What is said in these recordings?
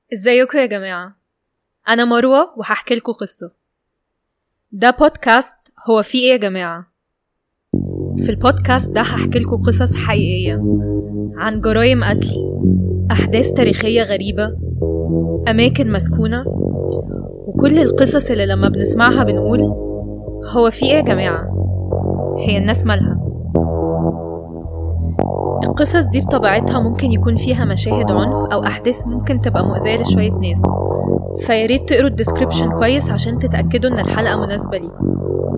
ازيكم يا جماعة؟ أنا مروة وهحكي لكم قصة. ده بودكاست هو فيه ايه يا جماعة؟ في البودكاست ده هحكي لكم قصص حقيقية عن جرائم قتل، أحداث تاريخية غريبة، أماكن مسكونة، وكل القصص اللي لما بنسمعها بنقول هو فيه ايه يا جماعة؟ هي الناس مالها؟ القصص دي بطبيعتها ممكن يكون فيها مشاهد عنف أو أحداث ممكن تبقى مؤذية لشوية ناس، فياريت تقروا الديسكريبشن كويس عشان تتأكدوا إن الحلقة مناسبة ليكم.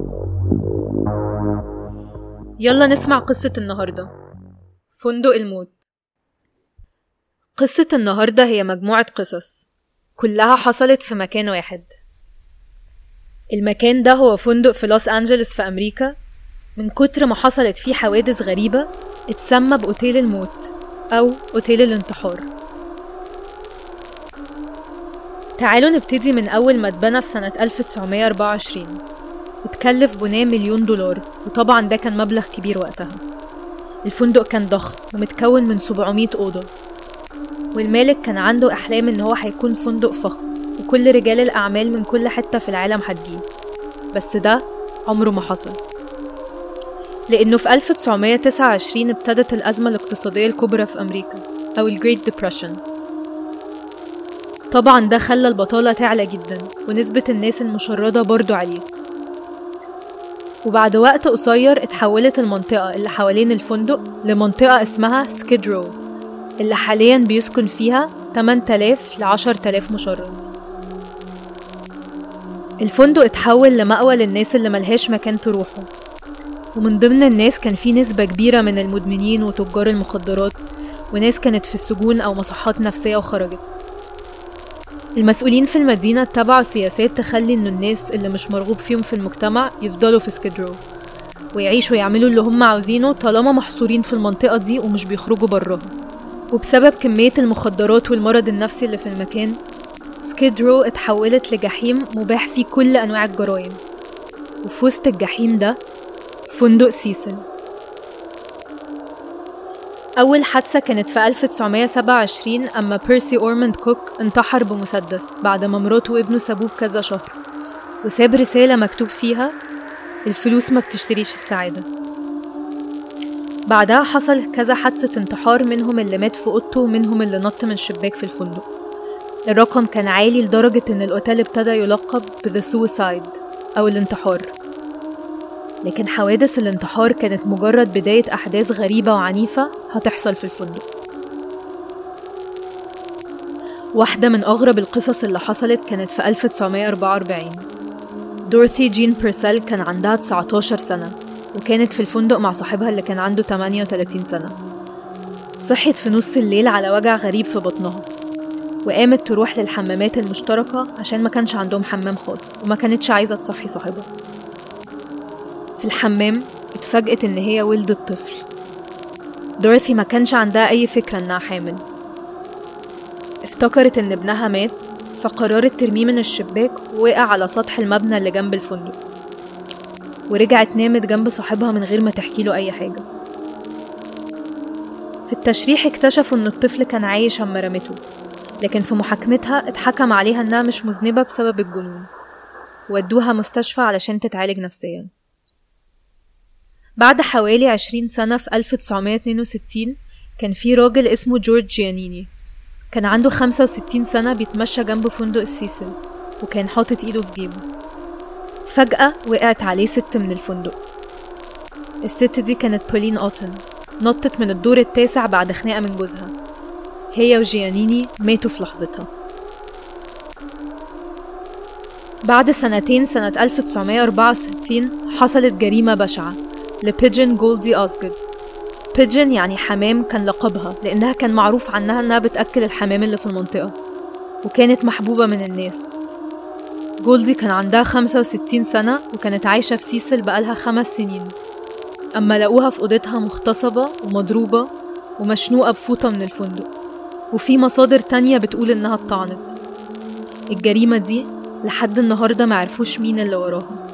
يلا نسمع قصة النهاردة، فندق الموت. قصة النهاردة هي مجموعة قصص كلها حصلت في مكان واحد. المكان ده هو فندق في لوس أنجلس في أمريكا، من كتر ما حصلت فيه حوادث غريبة اتسمى بأوتيل الموت أو أوتيل الانتحار. تعالوا نبتدي من أول ما اتبنى في سنة 1924. اتكلف بناه $1,000,000، وطبعا ده كان مبلغ كبير وقتها. الفندق كان ضخم ومتكون من 700 أوضة، والمالك كان عنده أحلام إن هو هيكون فندق فخم وكل رجال الأعمال من كل حتة في العالم هتجيه، بس ده عمره ما حصل، لأنه في 1929 ابتدت الأزمة الاقتصادية الكبرى في أمريكا أو الجريت ديبريشن. طبعا ده خلى البطالة تعلى جدا ونسبة الناس المشردة برضو عليت. وبعد وقت قصير اتحولت المنطقة اللي حوالين الفندق لمنطقة اسمها سكيد رو، اللي حاليا بيسكن فيها 8,000 ل 10,000 مشرد. الفندق اتحول لمأوى للناس اللي ملهاش مكان تروحه، ومن ضمن الناس كان في نسبة كبيرة من المدمنين وتجار المخدرات، وناس كانت في السجون أو مصحات نفسية وخرجت. المسؤولين في المدينة اتبعوا سياسات تخلي إنه الناس اللي مش مرغوب فيهم في المجتمع يفضلوا في سكيد رو ويعيشوا ويعملوا اللي هم عاوزينه طالما محصورين في المنطقة دي ومش بيخرجوا براها. وبسبب كمية المخدرات والمرض النفسي اللي في المكان، سكيد رو اتحولت لجحيم مباح فيه كل أنواع الجرائم. وفي وسط الجحيم ده فندق سيسل. أول حادثة كانت في 1927 أما بيرسي أورموند كوك انتحر بمسدس بعد ما مراته وابنه سابوه بكذا شهر، وساب رسالة مكتوب فيها الفلوس ما بتشتريش السعادة. بعدها حصل كذا حادثة انتحار، منهم اللي مات في أوضته ومنهم اللي نط من شباك في الفندق. الرقم كان عالي لدرجة إن الأوتيل ابتدى يلقب ب The Suicide أو الانتحار. لكن حوادث الانتحار كانت مجرد بداية أحداث غريبة وعنيفة هتحصل في الفندق. واحدة من أغرب القصص اللي حصلت كانت في 1944. دورثي جين بيرسيل كان عندها 19 سنة وكانت في الفندق مع صاحبها اللي كان عنده 38 سنة. صحيت في نص الليل على وجع غريب في بطنها، وقامت تروح للحمامات المشتركة عشان ما كانش عندهم حمام خاص وما كانتش عايزة تصحي صاحبها. في الحمام اتفاجأت إن هي ولدت طفل. دورثي ما كانش عندها أي فكرة إنها حامل، افتكرت إن ابنها مات فقررت ترميه من الشباك ووقع على سطح المبنى اللي جنب الفندق، ورجعت نامت جنب صاحبها من غير ما تحكي له أي حاجة. في التشريح اكتشفوا إن الطفل كان عايش أما رمته، لكن في محاكمتها اتحكم عليها إنها مش مذنبة بسبب الجنون، ودوها مستشفى علشان تتعالج نفسيا. بعد حوالي 20 سنة في 1962 كان في راجل اسمه جورج جيانيني، كان عنده 65 سنة، بيتمشى جنب فندق السيسل وكان حاطط ايده في جيبه. فجأة وقعت عليه ست من الفندق. الست دي كانت بولين أوتن، نطت من الدور التاسع بعد خناقة من جوزها. هي وجيانيني ماتوا في لحظتها. بعد سنتين سنة 1964 حصلت جريمة بشعة لبيجن جولدي أوزجود. بيجن يعني حمام كان لقبها لأنها كان معروف عنها أنها بتأكل الحمام اللي في المنطقة، وكانت محبوبة من الناس. جولدي كان عندها 65 سنة وكانت عايشة في سيسل بقالها 5 سنين، أما لقوها في أوضتها مغتصبة ومضروبة ومشنوقة بفوطة من الفندق، وفي مصادر تانية بتقول إنها اتطعنت. الجريمة دي لحد النهاردة معرفوش مين اللي وراها.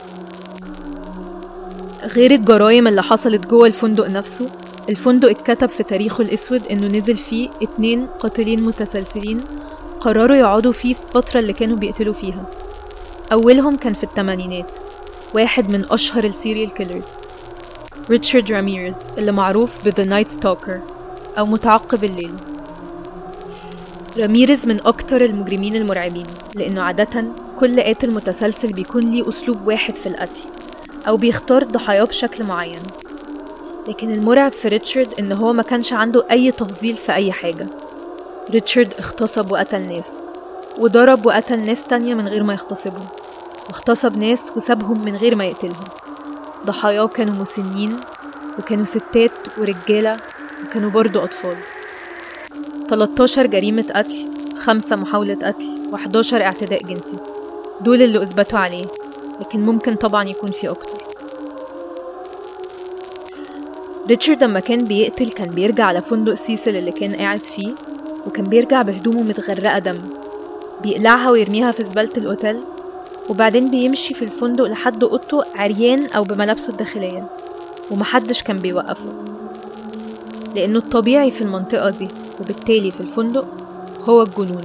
غير الجرائم اللي حصلت جوه الفندق نفسه، الفندق اتكتب في تاريخه الأسود إنه نزل فيه 2 قاتلين متسلسلين قرروا يقعدوا فيه في الفترة اللي كانوا بيقتلوا فيها. أولهم كان في الثمانينات، واحد من أشهر السيريال كيلرز، ريتشارد راميريز، اللي معروف ب The Night Stalker أو متعقب الليل. راميريز من أكتر المجرمين المرعبين، لأنه عادة كل قاتل متسلسل بيكون ليه أسلوب واحد في القتل أو بيختار ضحاياه بشكل معين. لكن المرعب في ريتشارد إن هو ما كانش عنده أي تفضيل في أي حاجة. ريتشارد اغتصب وقتل ناس، وضرب وقتل ناس تانية من غير ما يغتصبهم، واغتصب ناس وسابهم من غير ما يقتلهم. ضحاياه كانوا مسنين، وكانوا ستات ورجالة، وكانوا برضو أطفال. 13 جريمة قتل، 5 محاولة قتل، و11 اعتداء جنسي، دول اللي أثبتوا عليه، لكن ممكن طبعا يكون في أكتر. ريتشارد لما كان بيقتل كان بيرجع على فندق سيسل اللي كان قاعد فيه، وكان بيرجع بهدومه متغرقة دم، بيقلعها ويرميها في زبالة الأوتيل، وبعدين بيمشي في الفندق لحد أوضته عريان أو بملابسه الداخلية، ومحدش كان بيوقفه، لأنه الطبيعي في المنطقة دي وبالتالي في الفندق هو الجنون.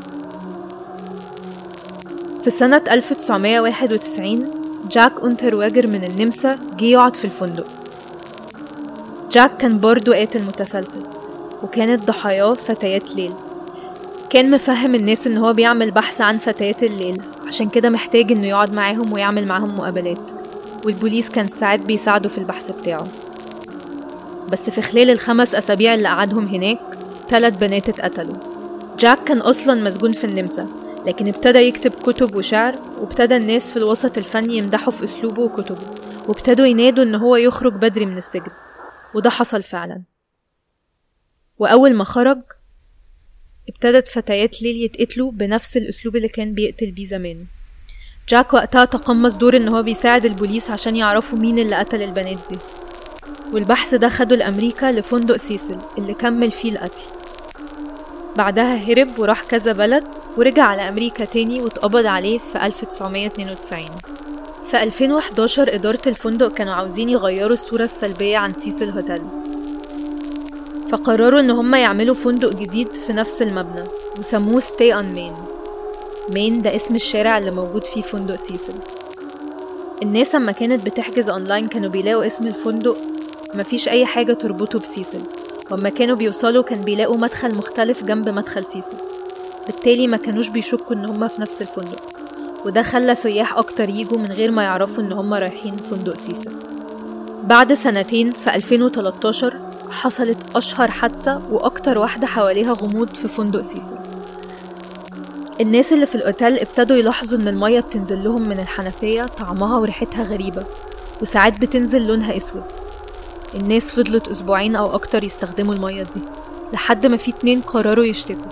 في سنة 1991 جاك أونترواجر من النمسا جه يقعد في الفندق. جاك كان برضو قاتل متسلسل، وكانت ضحاياه فتيات ليل. كان مفهم الناس إن هو بيعمل بحث عن فتيات الليل، عشان كده محتاج إنه يقعد معاهم ويعمل معاهم مقابلات، والبوليس كان ساعات بيساعده في البحث بتاعه. بس في خلال ال5 أسابيع اللي قعدهم هناك 3 بنات اتقتلوا. جاك كان أصلا مسجون في النمسا، لكن ابتدى يكتب كتب وشعر، وابتدى الناس في الوسط الفني يمدحوا في أسلوبه وكتبه، وابتدوا ينادوا إن هو يخرج بدري من السجن، وده حصل فعلا. وأول ما خرج ابتدت فتيات ليل يتقتلوا بنفس الأسلوب اللي كان بيقتل بيه زمان. جاك وقتها تقمص دور إن هو بيساعد البوليس عشان يعرفوا مين اللي قتل البنات دي، والبحث ده خده لأمريكا لفندق سيسل اللي كمل فيه القتل. بعدها هرب وراح كذا بلد، ورجع على أمريكا تاني واتقبض عليه في 1992. في 2011 إدارة الفندق كانوا عاوزين يغيروا الصورة السلبية عن سيسل هوتيل، فقرروا إن هم يعملوا فندق جديد في نفس المبنى وسموه Stay on Main. مين ده اسم الشارع اللي موجود فيه فندق سيسل. الناس لما كانت بتحجز أونلاين كانوا بيلاقوا اسم الفندق مفيش أي حاجة تربطه بسيسل، وما كانوا بيوصلوا كان بيلاقوا مدخل مختلف جنب مدخل سيسل، بالتالي ما كانوش بيشكوا إن هم في نفس الفندق، وده خلى سياح أكتر يجوا من غير ما يعرفوا إن هم رايحين فندق سيسل. بعد سنتين في 2013 حصلت أشهر حادثة وأكتر واحدة حواليها غموض في فندق سيسل. الناس اللي في الأوتيل ابتدوا يلاحظوا إن المية بتنزل لهم من الحنفية طعمها وريحتها غريبة، وساعات بتنزل لونها أسود. الناس فضلت أسبوعين أو أكتر يستخدموا المية دي، لحد ما في 2 قرروا يشتكوا.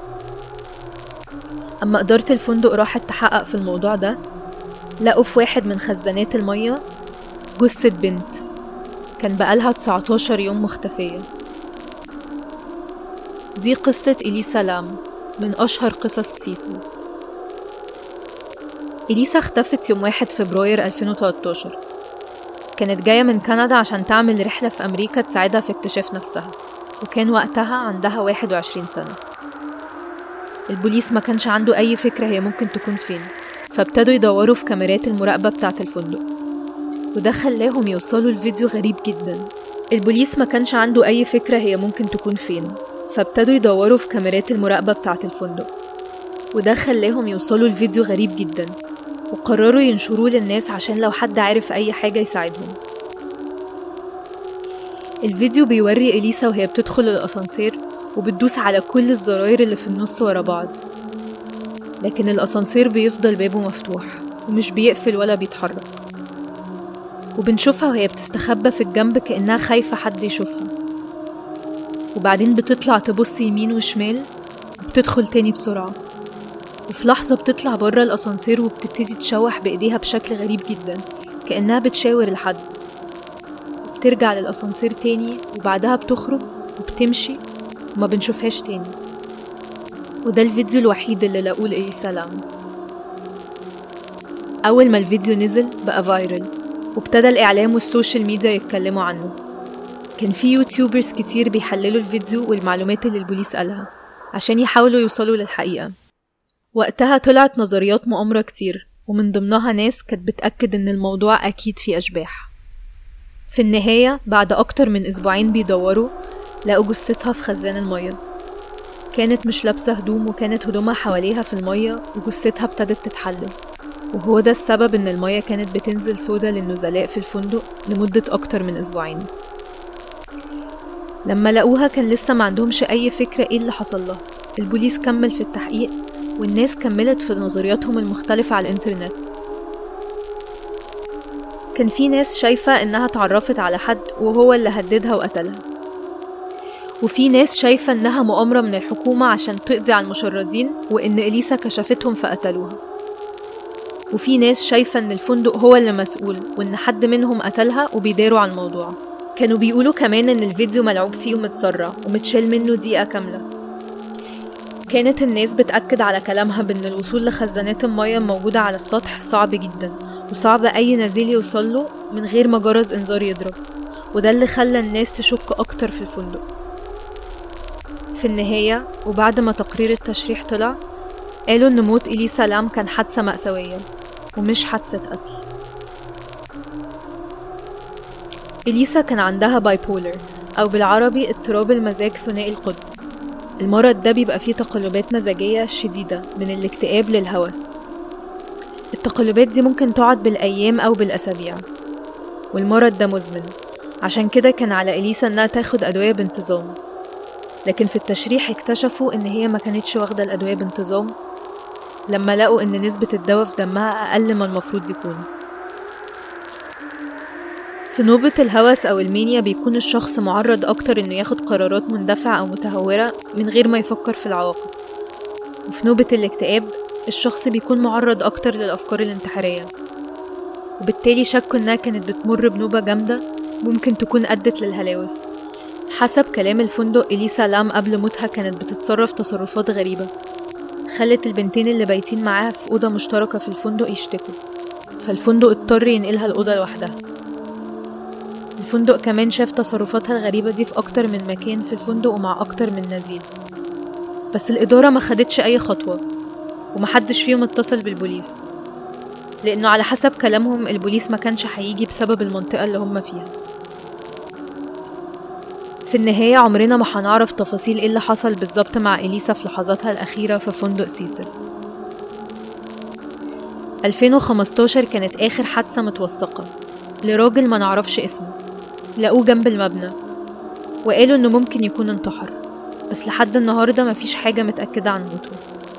أما إدارة الفندق راحت تحقق في الموضوع ده، لقوا في واحد من خزانات المية جثة بنت كان بقالها 19 يوم مختفية. دي قصة إليسا لام من أشهر قصص سيسل. إليسا اختفت يوم 1 فبراير 2013. كانت جاية من كندا عشان تعمل رحلة في أمريكا تساعدها في اكتشاف نفسها، وكان وقتها عندها 21 سنة. البوليس ما كانش عنده أي فكرة هي ممكن تكون فين، فابتدوا يدوروا في كاميرات المراقبة بتاعة الفندق، وده خلاهم يوصلوا الفيديو غريب جدا. البوليس ما كانش عنده أي فكرة هي ممكن تكون فين، فابتدوا يدوروا في كاميرات المراقبة بتاعة الفندق، وده خلاهم يوصلوا الفيديو غريب جدا، وقرروا ينشروه للناس عشان لو حد عارف أي حاجة يساعدهم. الفيديو بيوري إليسا وهي بتدخل الأسانسير وبتدوس على كل الزراير اللي في النص ورا بعض، لكن الأسانسير بيفضل بابه مفتوح ومش بيقفل ولا بيتحرك، وبنشوفها وهي بتستخبى في الجنب كأنها خايفة حد يشوفها، وبعدين بتطلع تبص يمين وشمال وبتدخل تاني بسرعة، وفي لحظة بتطلع برا الأسانسير وبتبتدي تشوح بإيديها بشكل غريب جدا كأنها بتشاور لحد، بترجع للأسانسير تاني وبعدها بتخرج وبتمشي وما بنشوفهاش تاني. وده الفيديو الوحيد اللي لقوه لإليسا لام. أول ما الفيديو نزل بقى فايرل، وابتدى الإعلام والسوشيال ميديا يتكلموا عنه. كان في يوتيوبرز كتير بيحللوا الفيديو والمعلومات اللي البوليس قالها، عشان يحاولوا يوصلوا للحقيقة. وقتها طلعت نظريات مؤامرة كتير، ومن ضمنها ناس كانت بتأكد إن الموضوع أكيد فيه أشباح. في النهاية بعد أكتر من أسبوعين بيدوروا، لقوا جثتها في خزان المية. كانت مش لابسة هدوم، وكانت هدومها حواليها في المية، وجثتها ابتدت تتحلل. وهو ده السبب إن المية كانت بتنزل سودا للنزلاء في الفندق لمدة أكتر من أسبوعين. لما لقوها كان لسه ما عندهمش أي فكرة إيه اللي حصل لها. البوليس كمل في التحقيق، والناس كملت في نظرياتهم المختلفة على الإنترنت. كان في ناس شايفة إنها تعرفت على حد وهو اللي هددها وقتلها، وفي ناس شايفة إنها مؤامرة من الحكومة عشان تقضي على المشردين، وإن إليسا كشفتهم فقتلوها. وفي ناس شايفة إن الفندق هو اللي مسؤول، وإن حد منهم قتلها وبيداروا على الموضوع. كانوا بيقولوا كمان إن الفيديو ملعوب فيه ومتسرع ومتشال منه دقيقة كاملة. كانت الناس بتأكد على كلامها بأن الوصول لخزانات المياه موجودة على السطح صعب جدا، وصعب أي نزيل يوصله من غير ما جرس إنذار يضرب، وده اللي خلى الناس تشك أكتر في الفندق. في النهاية وبعد ما تقرير التشريح طلع، قالوا إن موت إليسا لام كان حادثة مأساوية ومش حادثة قتل. إليسا كان عندها بايبولر أو بالعربي اضطراب المزاج ثنائي القطب. المرض ده بيبقى فيه تقلبات مزاجية شديدة من الاكتئاب للهوس. التقلبات دي ممكن تقعد بالأيام أو بالأسابيع، والمرض ده مزمن. عشان كده كان على إليسا إنها تاخد أدوية بانتظام، لكن في التشريح اكتشفوا إن هي ما كانتش واخدة الأدوية بانتظام لما لقوا إن نسبة الدواء في دمها أقل ما المفروض يكون. في نوبة الهوس أو المانيا بيكون الشخص معرض أكتر إنه ياخد قرارات مندفعة أو متهورة من غير ما يفكر في العواقب. وفي نوبة الاكتئاب الشخص بيكون معرض أكتر للأفكار الانتحارية، وبالتالي شكوا إنها كانت بتمر بنوبة جامدة ممكن تكون أدت للهلاوس. حسب كلام الفندق، إليسا لام قبل موتها كانت بتتصرف تصرفات غريبة خلت البنتين اللي بايتين معاها في أوضة مشتركة في الفندق يشتكوا، فالفندق اضطر ينقلها الأوضة لوحدها. الفندق كمان شاف تصرفاتها الغريبة دي في أكتر من مكان في الفندق ومع أكتر من نزيل، بس الإدارة ما خدتش أي خطوة ومحدش فيهم اتصل بالبوليس، لأنه على حسب كلامهم البوليس ما كانش هيجي بسبب المنطقة اللي هم فيها. في النهاية عمرنا ما هنعرف تفاصيل إيه اللي حصل بالظبط مع إليسا في لحظاتها الأخيرة في فندق سيسل. 2015 كانت آخر حادثة متوثقة لراجل ما نعرفش اسمه، لقوه جنب المبنى وقالوا إنه ممكن يكون انتحر، بس لحد النهاردة مفيش حاجة متأكدة عن موته.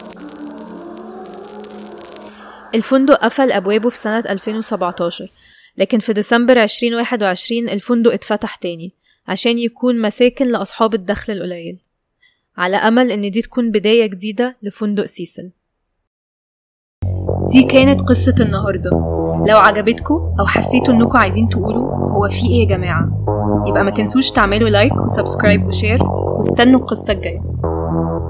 الفندق قفل أبوابه في سنة 2017، لكن في ديسمبر 2021 الفندق اتفتح تاني عشان يكون مساكن لأصحاب الدخل القليل، على أمل إن دي تكون بداية جديدة لفندق سيسل. دي كانت قصة النهاردة. لو عجبتكم أو حسيتوا إنكم عايزين تقولوا هو في إيه يا جماعة، يبقى ما تنسوش تعملوا لايك وسبسكرايب وشير، واستنوا القصة الجاية.